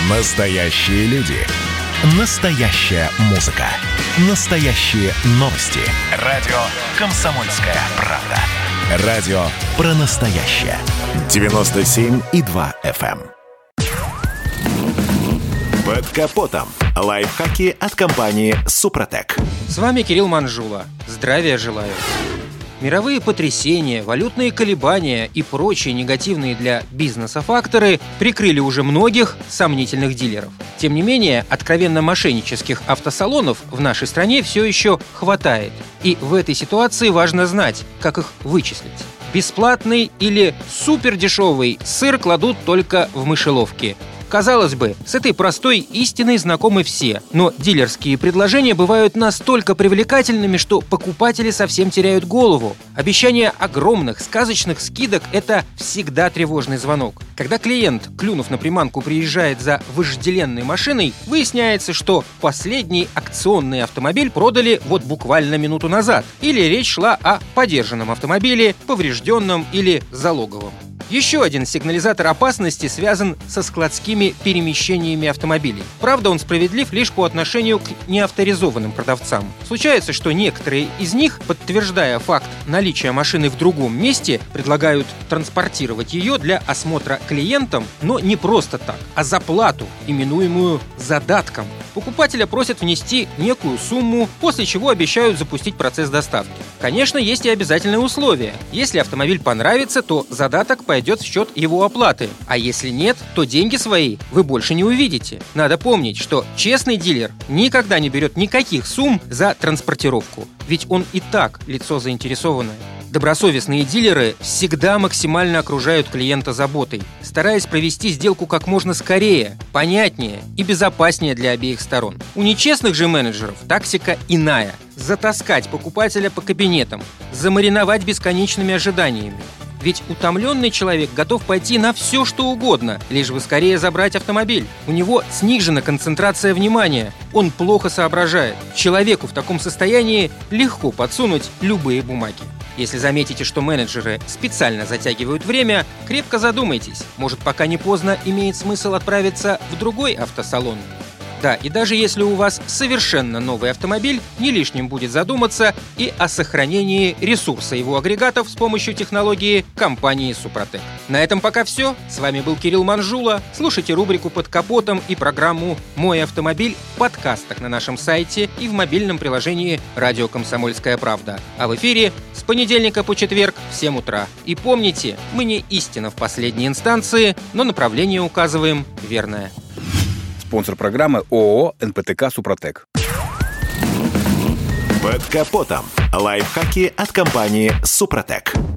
Настоящие люди. Настоящая музыка. Настоящие новости. Радио «Комсомольская правда». Радио про настоящее. 97,2 FM. Под капотом. Лайфхаки от компании «Супротек». С вами Кирилл Манжула. Здравия желаю. Мировые потрясения, валютные колебания и прочие негативные для бизнеса факторы прикрыли уже многих сомнительных дилеров. Тем не менее, откровенно мошеннических автосалонов в нашей стране все еще хватает. И в этой ситуации важно знать, как их вычислить. Бесплатный или супердешевый сыр кладут только в мышеловки. Казалось бы, с этой простой истиной знакомы все, но дилерские предложения бывают настолько привлекательными, что покупатели совсем теряют голову. Обещание огромных сказочных скидок – это всегда тревожный звонок. Когда клиент, клюнув на приманку, приезжает за вожделенной машиной, выясняется, что последний акционный автомобиль продали вот буквально минуту назад, или речь шла о подержанном автомобиле, поврежденном или залоговом. Еще один сигнализатор опасности связан со складскими перемещениями автомобилей. Правда, он справедлив лишь по отношению к неавторизованным продавцам. Случается, что некоторые из них, подтверждая факт наличия машины в другом месте, предлагают транспортировать ее для осмотра клиентам, но не просто так, а за плату, именуемую задатком. Покупателя просят внести некую сумму, после чего обещают запустить процесс доставки. Конечно, есть и обязательные условия. Если автомобиль понравится, то задаток пойдет в счет его оплаты. А если нет, то деньги свои вы больше не увидите. Надо помнить, что честный дилер никогда не берет никаких сумм за транспортировку. Ведь он и так лицо заинтересованное. Добросовестные дилеры всегда максимально окружают клиента заботой, стараясь провести сделку как можно скорее, понятнее и безопаснее для обеих сторон. У нечестных же менеджеров тактика иная – затаскать покупателя по кабинетам, замариновать бесконечными ожиданиями. Ведь утомленный человек готов пойти на все, что угодно, лишь бы скорее забрать автомобиль. У него снижена концентрация внимания, он плохо соображает. Человеку в таком состоянии легко подсунуть любые бумаги. Если заметите, что менеджеры специально затягивают время, крепко задумайтесь. Может, пока не поздно, имеет смысл отправиться в другой автосалон. Да, и даже если у вас совершенно новый автомобиль, не лишним будет задуматься и о сохранении ресурса его агрегатов с помощью технологии компании «Супротек». На этом пока все. С вами был Кирилл Манжула. Слушайте рубрику «Под капотом» и программу «Мой автомобиль» в подкастах на нашем сайте и в мобильном приложении «Радио Комсомольская правда». А в эфире с понедельника по четверг в 7 утра. И помните, мы не истина в последней инстанции, но направление указываем верное. Спонсор программы ООО «НПТК Супротек». Под капотом. Лайфхаки от компании «Супротек».